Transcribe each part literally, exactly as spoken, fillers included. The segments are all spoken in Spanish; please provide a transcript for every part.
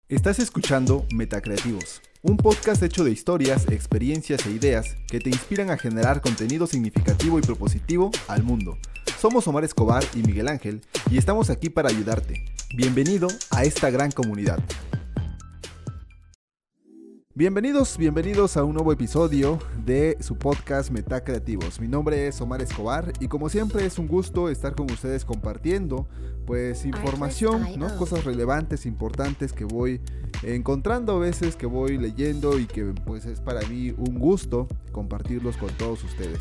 Estás escuchando Metacreativos, un podcast hecho de historias, experiencias e ideas que te inspiran a generar contenido significativo y propositivo al mundo. Somos Omar Escobar y Miguel Ángel y estamos aquí para ayudarte. Bienvenido a esta gran comunidad. Bienvenidos, bienvenidos a un nuevo episodio de su podcast Metacreativos. Mi nombre es Omar Escobar y como siempre es un gusto estar con ustedes compartiendo pues información, ¿no? Cosas relevantes, importantes que voy encontrando a veces, que voy leyendo y que pues es para mí un gusto compartirlos con todos ustedes.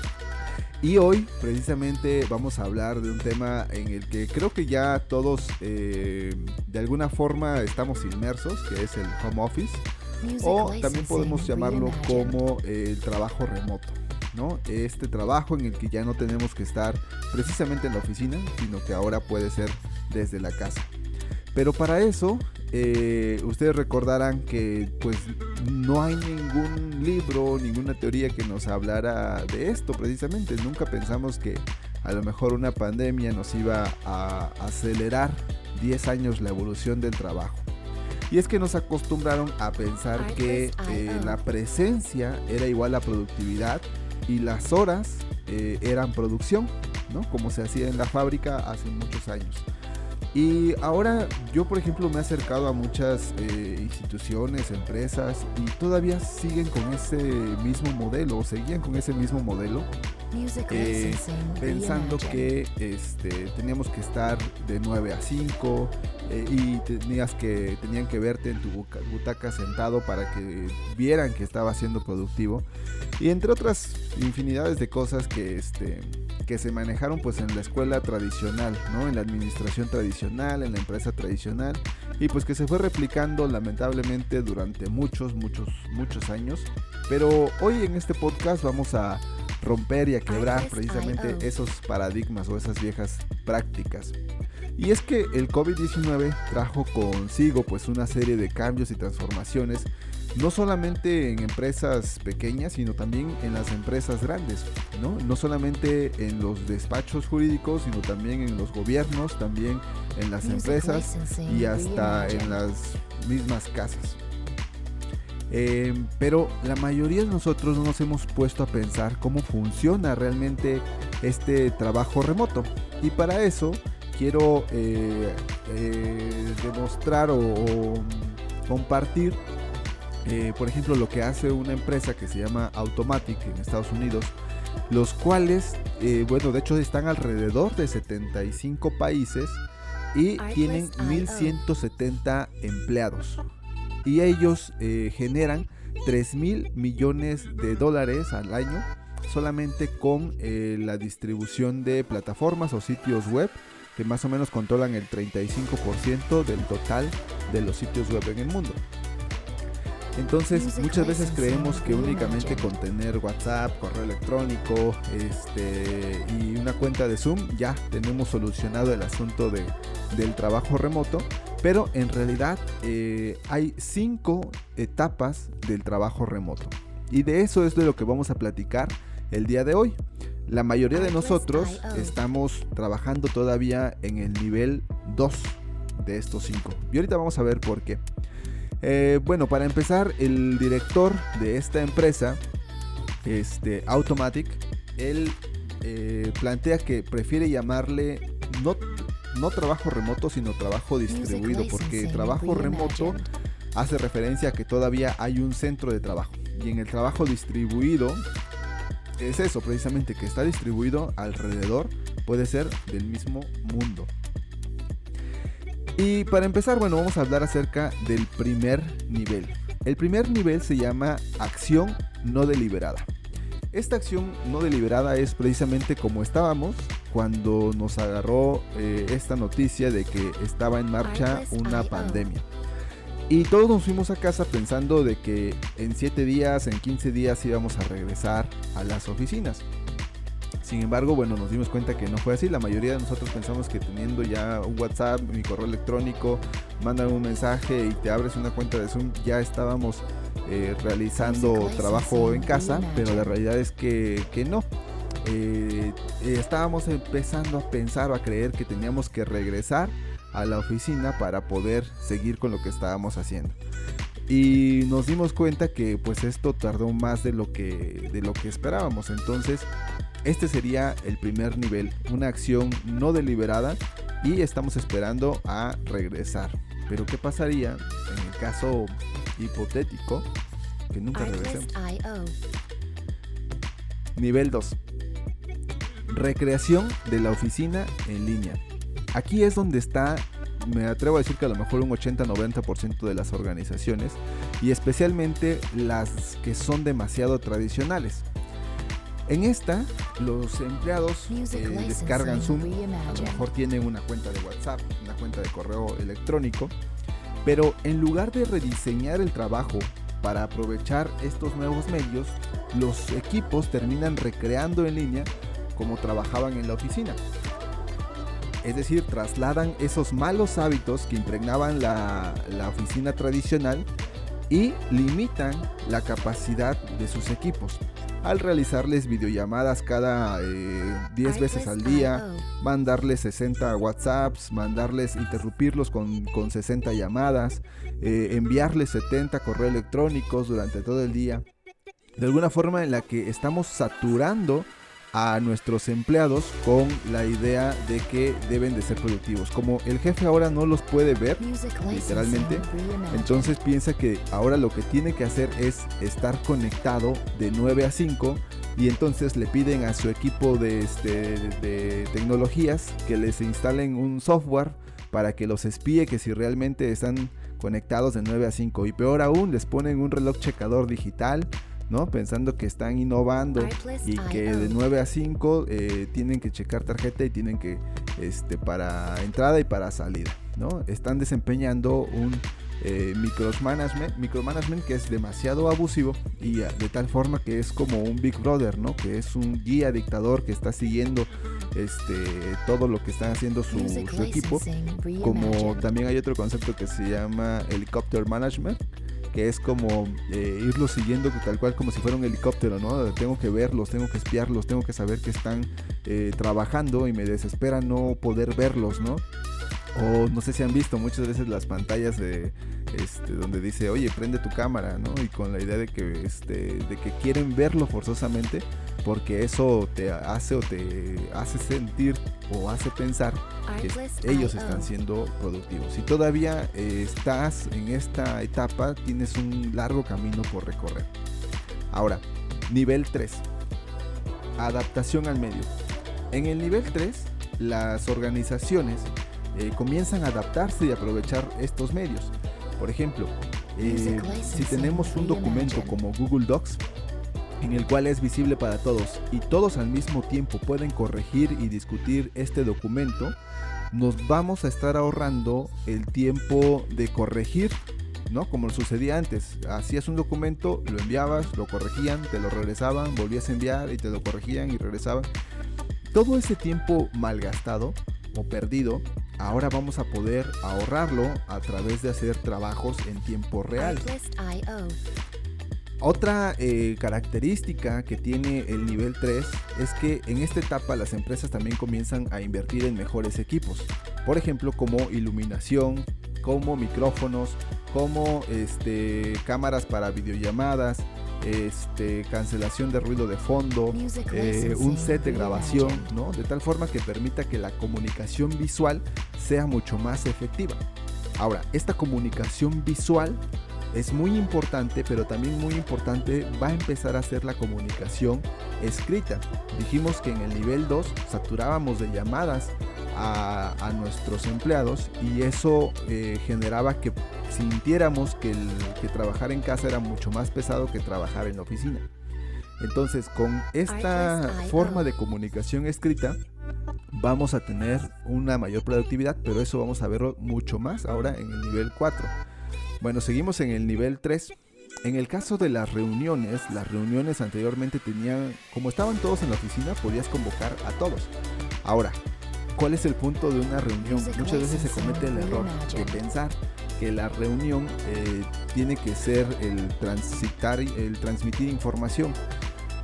Y hoy precisamente vamos a hablar de un tema en el que creo que ya todos eh, de alguna forma estamos inmersos, que es el home office. O también podemos llamarlo como eh, el trabajo remoto, ¿no? Este trabajo en el que ya no tenemos que estar precisamente en la oficina, sino que ahora puede ser desde la casa. Pero para eso, eh, ustedes recordarán que pues no hay ningún libro, ninguna teoría que nos hablara de esto precisamente. Nunca pensamos que a lo mejor una pandemia nos iba a acelerar diez años la evolución del trabajo. Y es que nos acostumbraron a pensar que eh, la presencia era igual a productividad y las horas eh, eran producción, ¿no? Como se hacía en la fábrica hace muchos años. Y ahora yo, por ejemplo, me he acercado a muchas eh, instituciones, empresas y todavía siguen con ese mismo modelo, o seguían con ese mismo modelo, eh, pensando que este, teníamos que estar de nueve a cinco eh, y tenías que, tenían que verte en tu butaca sentado para que vieran que estaba siendo productivo. Y entre otras infinidades de cosas que, este, que se manejaron pues en la escuela tradicional, ¿no? En la administración tradicional, en la empresa tradicional, y pues que se fue replicando lamentablemente durante muchos, muchos, muchos años. Pero hoy en este podcast vamos a romper y a quebrar precisamente esos paradigmas o esas viejas prácticas. Y es que el covid diecinueve trajo consigo pues una serie de cambios y transformaciones, no solamente en empresas pequeñas, sino también en las empresas grandes, ¿no? No solamente en los despachos jurídicos, sino también en los gobiernos, también en las empresas y hasta en las mismas casas. Eh, pero la mayoría de nosotros no nos hemos puesto a pensar cómo funciona realmente este trabajo remoto. Y para eso quiero eh, eh, demostrar o, o compartir Eh, por ejemplo, lo que hace una empresa que se llama Automattic en Estados Unidos, los cuales, eh, bueno, de hecho están alrededor de setenta y cinco países y tienen mil ciento setenta empleados. Y ellos eh, generan tres mil millones de dólares al año solamente con eh, la distribución de plataformas o sitios web, que más o menos controlan el treinta y cinco por ciento del total de los sitios web en el mundo. Entonces muchas veces creemos que únicamente con tener WhatsApp, correo electrónico este, y una cuenta de Zoom ya tenemos solucionado el asunto de, del trabajo remoto, pero en realidad eh, hay cinco etapas del trabajo remoto y de eso es de lo que vamos a platicar el día de hoy. La mayoría de nosotros estamos trabajando todavía en el nivel dos de estos cinco y ahorita vamos a ver por qué. Eh, bueno, para empezar, el director de esta empresa, este, Automattic, él eh, plantea que prefiere llamarle no, no trabajo remoto, sino trabajo distribuido, porque trabajo remoto hace referencia a que todavía hay un centro de trabajo. Y en el trabajo distribuido es eso, precisamente, que está distribuido alrededor, puede ser del mismo mundo. Y para empezar, bueno, vamos a hablar acerca del primer nivel. El primer nivel se llama acción no deliberada. Esta acción no deliberada es precisamente como estábamos cuando nos agarró eh, esta noticia de que estaba en marcha una pandemia. Y todos nos fuimos a casa pensando de que en siete días, en quince días íbamos a regresar a las oficinas. Sin embargo, bueno, nos dimos cuenta que no fue así. La mayoría de nosotros pensamos que teniendo ya un WhatsApp, mi correo electrónico, mandan un mensaje y te abres una cuenta de Zoom, ya estábamos eh, realizando trabajo en casa, pero la realidad es que, que no. Eh, eh, estábamos empezando a pensar o a creer que teníamos que regresar a la oficina para poder seguir con lo que estábamos haciendo. Y nos dimos cuenta que pues esto tardó más de lo que, de lo que esperábamos. Entonces este sería el primer nivel, una acción no deliberada, y estamos esperando a regresar. Pero ¿qué pasaría en el caso hipotético que nunca regresemos? Nivel dos. Recreación de la oficina en línea. Aquí es donde está, me atrevo a decir que a lo mejor un ochenta a noventa por ciento de las organizaciones, y especialmente las que son demasiado tradicionales. En esta, los empleados eh, descargan Zoom, a lo mejor tienen una cuenta de WhatsApp, una cuenta de correo electrónico, pero en lugar de rediseñar el trabajo para aprovechar estos nuevos medios, los equipos terminan recreando en línea como trabajaban en la oficina. Es decir, trasladan esos malos hábitos que impregnaban la, la oficina tradicional y limitan la capacidad de sus equipos al realizarles videollamadas cada eh, diez veces al día, mandarles sesenta WhatsApps, mandarles, interrumpirlos con, con sesenta llamadas, eh, enviarles setenta correos electrónicos durante todo el día. De alguna forma en la que estamos saturando a nuestros empleados con la idea de que deben de ser productivos. Como el jefe ahora no los puede ver literalmente, entonces piensa que ahora lo que tiene que hacer es estar conectado de nueve a cinco, y entonces le piden a su equipo de, este, de tecnologías que les instalen un software para que los espíe que si realmente están conectados de nueve a cinco, y peor aún les ponen un reloj checador digital, ¿no? Pensando que están innovando y que de nueve a cinco eh, tienen que checar tarjeta y tienen que, este, para entrada y para salida, ¿no? Están desempeñando un eh, micromanagement, micromanagement que es demasiado abusivo, y de tal forma que es como un Big Brother, ¿no? Que es un guía dictador que está siguiendo este, todo lo que están haciendo su, su equipo. Como también hay otro concepto que se llama helicopter management, que es como eh, irlos siguiendo tal cual como si fuera un helicóptero, ¿no? Tengo que verlos, tengo que espiarlos, tengo que saber que están eh, trabajando, y me desespera no poder verlos, ¿no? O no sé si han visto muchas veces las pantallas de este, donde dice, oye, prende tu cámara, ¿no? Y con la idea de que, este, de que quieren verlo forzosamente, porque eso te hace o te hace sentir o hace pensar que ellos están siendo productivos. Si todavía eh, estás en esta etapa, tienes un largo camino por recorrer. Ahora, nivel tres. Adaptación al medio. En el nivel tres, las organizaciones eh, comienzan a adaptarse y aprovechar estos medios. Por ejemplo, eh, si tenemos un documento como Google Docs, en el cual es visible para todos y todos al mismo tiempo pueden corregir y discutir este documento, nos vamos a estar ahorrando el tiempo de corregir, ¿no? Como sucedía antes, hacías un documento, lo enviabas, lo corregían, te lo regresaban, volvías a enviar y te lo corregían y regresaban. Todo ese tiempo malgastado o perdido, ahora vamos a poder ahorrarlo a través de hacer trabajos en tiempo real. Otra eh, característica que tiene el nivel tres es que en esta etapa las empresas también comienzan a invertir en mejores equipos. Por ejemplo, como iluminación, como micrófonos, como este, cámaras para videollamadas, este, cancelación de ruido de fondo, eh, un set de grabación, ¿no? De tal forma que permita que la comunicación visual sea mucho más efectiva. Ahora, esta comunicación visual es muy importante, pero también muy importante va a empezar a ser la comunicación escrita. Dijimos que en el nivel dos saturábamos de llamadas a, a nuestros empleados, y eso eh, generaba que sintiéramos que, el, que trabajar en casa era mucho más pesado que trabajar en la oficina. Entonces, con esta forma de comunicación escrita vamos a tener una mayor productividad, pero eso vamos a verlo mucho más ahora en el nivel cuatro. Bueno, seguimos en el nivel tres. En el caso de las reuniones, las reuniones anteriormente tenían, como estaban todos en la oficina, podías convocar a todos. Ahora, ¿cuál es el punto de una reunión? Muchas veces se comete el error de pensar que la reunión eh, tiene que ser el transitar, el transmitir información.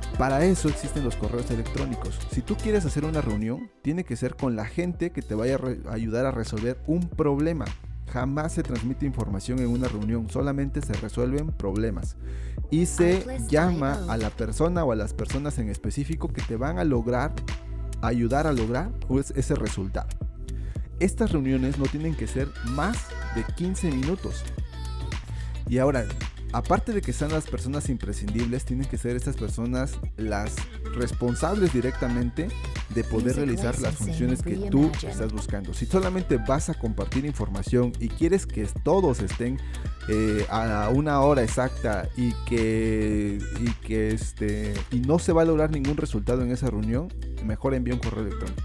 Para eso existen los correos electrónicos. Si tú quieres hacer una reunión, tiene que ser con la gente que te vaya a re- ayudar a resolver un problema. Jamás se transmite información en una reunión, solamente se resuelven problemas. Y se llama a la persona o a las personas en específico que te van a lograr, ayudar a lograr ese resultado. Estas reuniones no tienen que ser más de quince minutos. Y ahora, aparte de que sean las personas imprescindibles, tienen que ser estas personas las responsables directamente de poder realizar las funciones que tú estás buscando. Si solamente vas a compartir información y quieres que todos estén eh, a una hora exacta y que, y que este, y no se va a lograr ningún resultado en esa reunión, mejor envía un correo electrónico.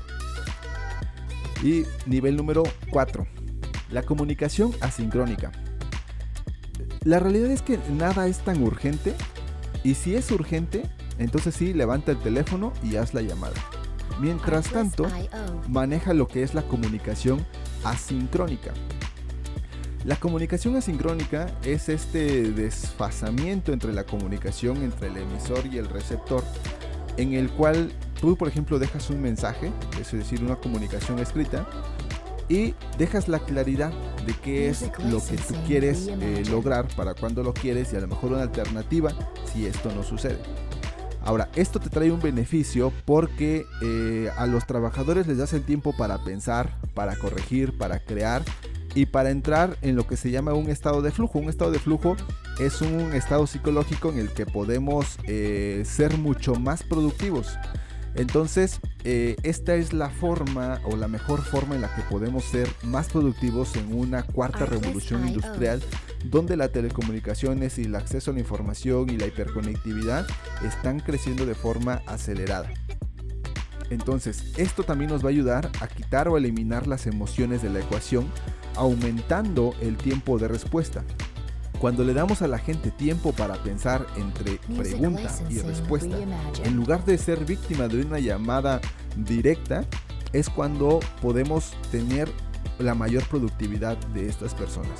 Y nivel número cuatro, la comunicación asincrónica. La realidad es que nada es tan urgente, y si es urgente, entonces sí, levanta el teléfono y haz la llamada. Mientras tanto, maneja lo que es la comunicación asincrónica. La comunicación asincrónica es este desfasamiento entre la comunicación entre el emisor y el receptor, en el cual tú, por ejemplo, dejas un mensaje, es decir, una comunicación escrita, y dejas la claridad de qué es lo que tú quieres eh, lograr, para cuándo lo quieres, y a lo mejor una alternativa si esto no sucede. Ahora, esto te trae un beneficio porque eh, a los trabajadores les das el tiempo para pensar, para corregir, para crear y para entrar en lo que se llama un estado de flujo. Un estado de flujo es un estado psicológico en el que podemos eh, ser mucho más productivos. Entonces, eh, esta es la forma o la mejor forma en la que podemos ser más productivos en una cuarta revolución industrial, donde las telecomunicaciones y el acceso a la información y la hiperconectividad están creciendo de forma acelerada. Entonces, esto también nos va a ayudar a quitar o eliminar las emociones de la ecuación, aumentando el tiempo de respuesta. Cuando le damos a la gente tiempo para pensar entre pregunta y respuesta, en lugar de ser víctima de una llamada directa, es cuando podemos tener la mayor productividad de estas personas.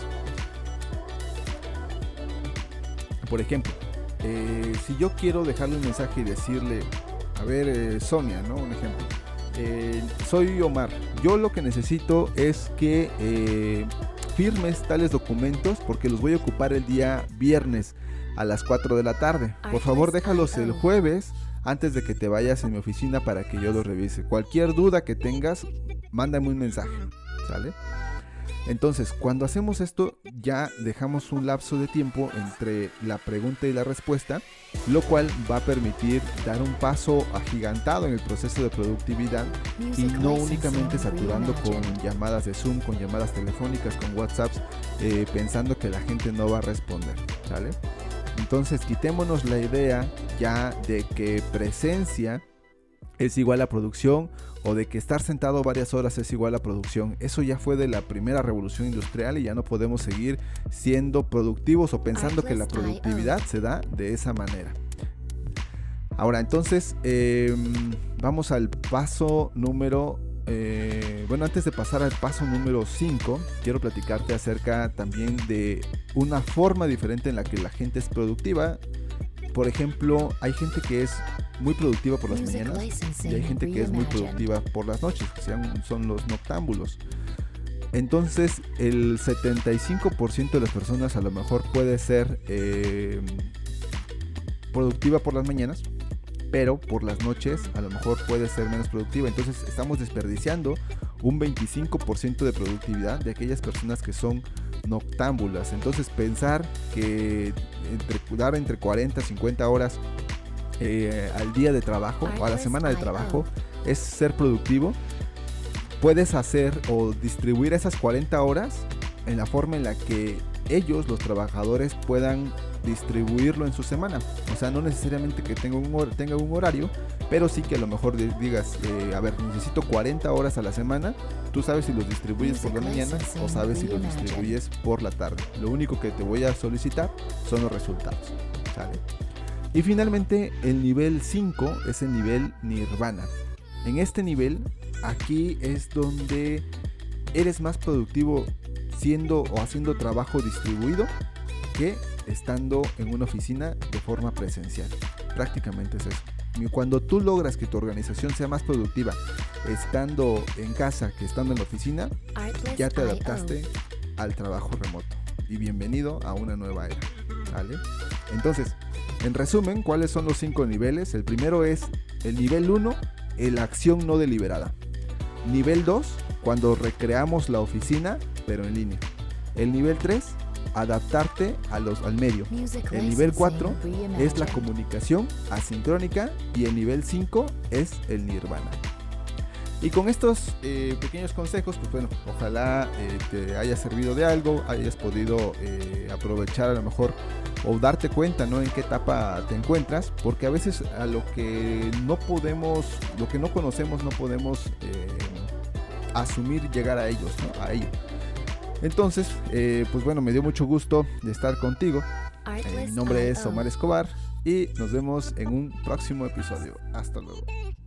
Por ejemplo, eh, si yo quiero dejarle un mensaje y decirle, a ver, eh, Sonia, ¿no? Un ejemplo. Eh, soy Omar. Yo lo que necesito es que eh, firmes tales documentos porque los voy a ocupar el día viernes a las cuatro de la tarde. Por favor, déjalos el jueves antes de que te vayas en mi oficina para que yo los revise. Cualquier duda que tengas, mándame un mensaje, ¿sale? Entonces, cuando hacemos esto, ya dejamos un lapso de tiempo entre la pregunta y la respuesta, lo cual va a permitir dar un paso agigantado en el proceso de productividad y no únicamente saturando con llamadas de Zoom, con llamadas telefónicas, con WhatsApps, eh, pensando que la gente no va a responder, ¿sale? Entonces, quitémonos la idea ya de que presencia es igual a producción, o de que estar sentado varias horas es igual a producción. Eso ya fue de la primera revolución industrial y ya no podemos seguir siendo productivos o pensando que la productividad se da de esa manera. Ahora, entonces, eh, vamos al paso número... Eh, bueno, antes de pasar al paso número cinco, quiero platicarte acerca también de una forma diferente en la que la gente es productiva. Por ejemplo, hay gente que es muy productiva por las mañanas y hay gente que es muy productiva por las noches, que sean, son los noctámbulos. Entonces, el setenta y cinco por ciento de las personas a lo mejor puede ser eh, productiva por las mañanas, pero por las noches a lo mejor puede ser menos productiva. Entonces, estamos desperdiciando un veinticinco por ciento de productividad de aquellas personas que son noctámbulas. Entonces, pensar que entre, dar entre cuarenta a cincuenta horas eh, al día de trabajo o a la semana de trabajo es ser productivo. Puedes hacer o distribuir esas cuarenta horas en la forma en la que ellos, los trabajadores, puedan distribuirlo en su semana. O sea, no necesariamente que tenga un, hor- tenga un horario, pero sí que a lo mejor digas, eh, a ver, necesito cuarenta horas a la semana. Tú sabes si los distribuyes por la mañana o sabes si los distribuyes por la tarde. Lo único que te voy a solicitar son los resultados, ¿sale? Y finalmente, el nivel cinco es el nivel nirvana. En este nivel, aquí es donde eres más productivo siendo o haciendo trabajo distribuido que estando en una oficina de forma presencial. Prácticamente es eso. Cuando tú logras que tu organización sea más productiva estando en casa que estando en la oficina, ya te adaptaste al trabajo remoto. Y bienvenido a una nueva era, ¿vale? Entonces, en resumen, ¿cuáles son los cinco niveles? El primero es el nivel uno, la acción no deliberada. Nivel dos, cuando recreamos la oficina, pero en línea. El nivel tres, adaptarte a los, al medio. El nivel cuatro es la comunicación asincrónica y el nivel cinco es el nirvana. Y con estos eh, pequeños consejos, pues bueno, ojalá eh, te haya servido de algo, hayas podido eh, aprovechar a lo mejor o darte cuenta, ¿no?, en qué etapa te encuentras, porque a veces a lo que no podemos, lo que no conocemos, no podemos eh, asumir llegar a ellos, ¿no?, a ello. Entonces, eh, pues bueno, me dio mucho gusto de estar contigo. Eh, mi nombre es Omar Escobar y nos vemos en un próximo episodio. Hasta luego.